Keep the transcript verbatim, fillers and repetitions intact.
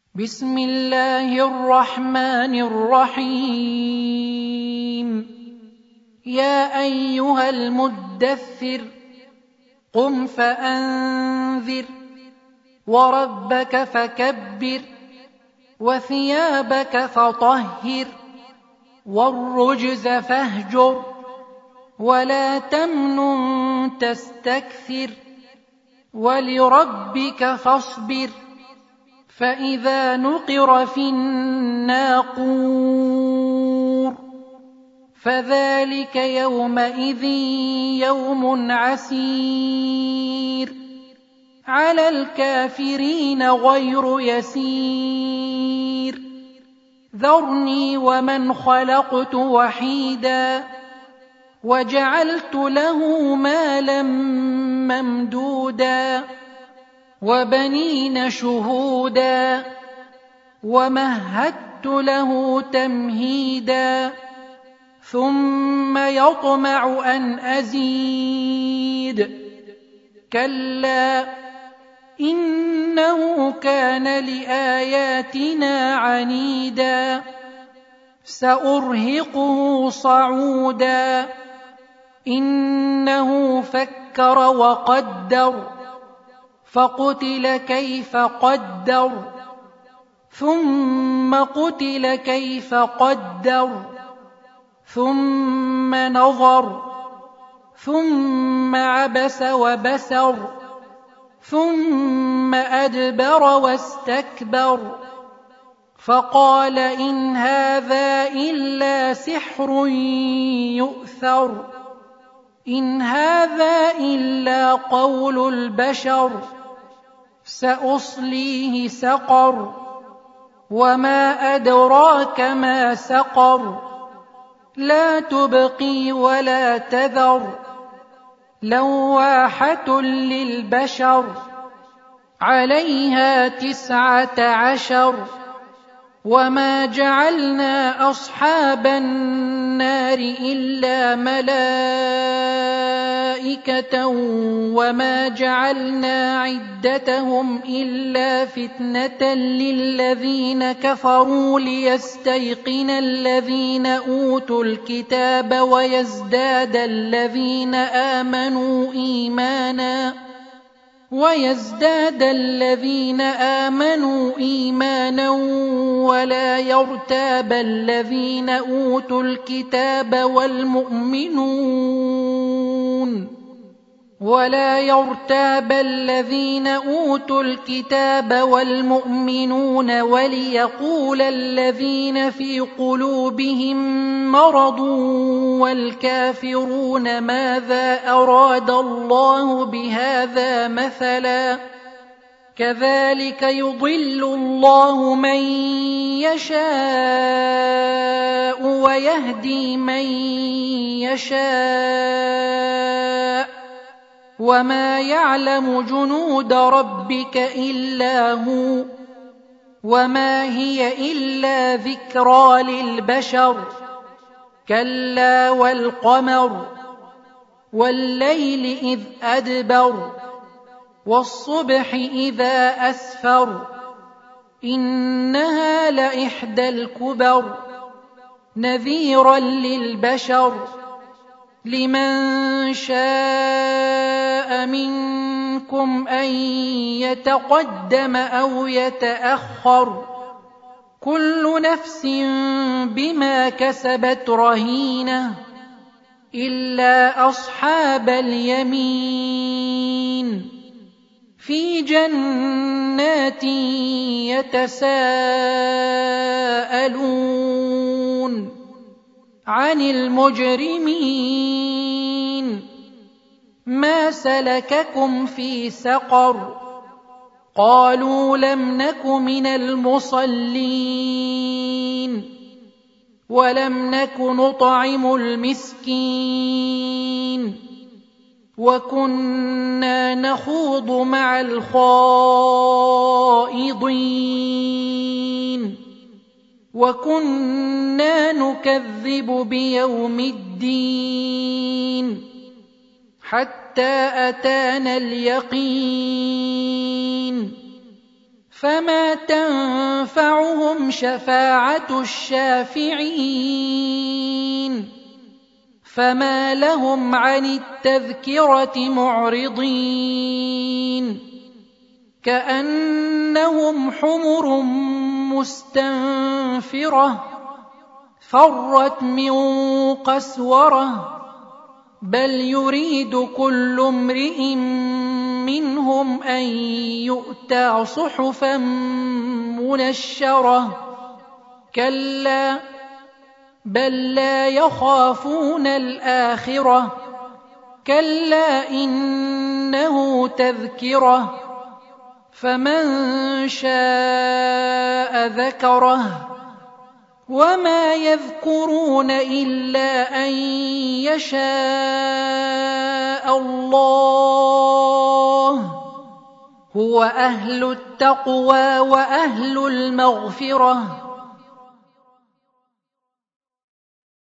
بسم الله الرحمن الرحيم يا أيها المدثر قم فأنذر وربك فكبر وثيابك فطهر والرجز فاهجر ولا تمنن تستكثر ولربك فاصبر فإذا نقر في الناقور فذلك يومئذ يوم عسير على الكافرين غير يسير ذرني ومن خلقت وحيدا وجعلت له مالا ممدودا وبنين شهودا ومهدت له تمهيدا ثم يطمع أن أزيد كلا إنه كان لآياتنا عنيدا سأرهقه صعودا إنه فكر وقدر فقتل كيف قدر ثم قتل كيف قدر ثم نظر ثم عبس وبسر ثم أدبر واستكبر فقال إن هذا إلا سحر يؤثر إن هذا إلا قول البشر سأصليه سقر وما أدراك ما سقر لا تبقي ولا تذر لواحة للبشر عليها تسعة عشر وما جعلنا أصحاب النار إلا ملائكة وما جعلنا عدتهم إلا فتنة للذين كفروا ليستيقن الذين أوتوا الكتاب ويزداد الذين آمنوا إيمانا ويزداد الذين آمنوا إيمانا ولا يرتاب الذين أوتوا الكتاب والمؤمنون ولا يرتاب الذين أوتوا الكتاب والمؤمنون وليقول الذين في قلوبهم مرض والكافرون ماذا أراد الله بهذا مثلا كذلك يضل الله من يشاء ويهدي من يشاء وما يعلم جنود ربك إلا هو وما هي إلا ذكرى للبشر كلا والقمر والليل إذ أدبر والصبح إذا أسفر إنها لإحدى الكبر نذيرا للبشر لمن شاء منكم أن يتقدم أو يتأخر كل نفس بما كسبت رهينة إلا أصحاب اليمين في جنات يتساءلون عن المجرمين ما سلككم في سقر قالوا لم نك من المصلين ولم نك نطعم المسكين وكنا نخوض مع الخائضين وكنا نكذب بيوم الدين حتى أتانا اليقين فما تنفعهم شفاعة الشافعين فما لهم عن التذكرة معرضين كأنهم حمر مستنفرة فرت من قسورة بل يريد كل امرئ منهم أن يؤتى صحفا منشرة كلا بل لا يخافون الآخرة كلا إنه تذكرة فمن شاء ذكره وما يذكرون إلا أن يشاء الله هو أهل التقوى وأهل المغفرة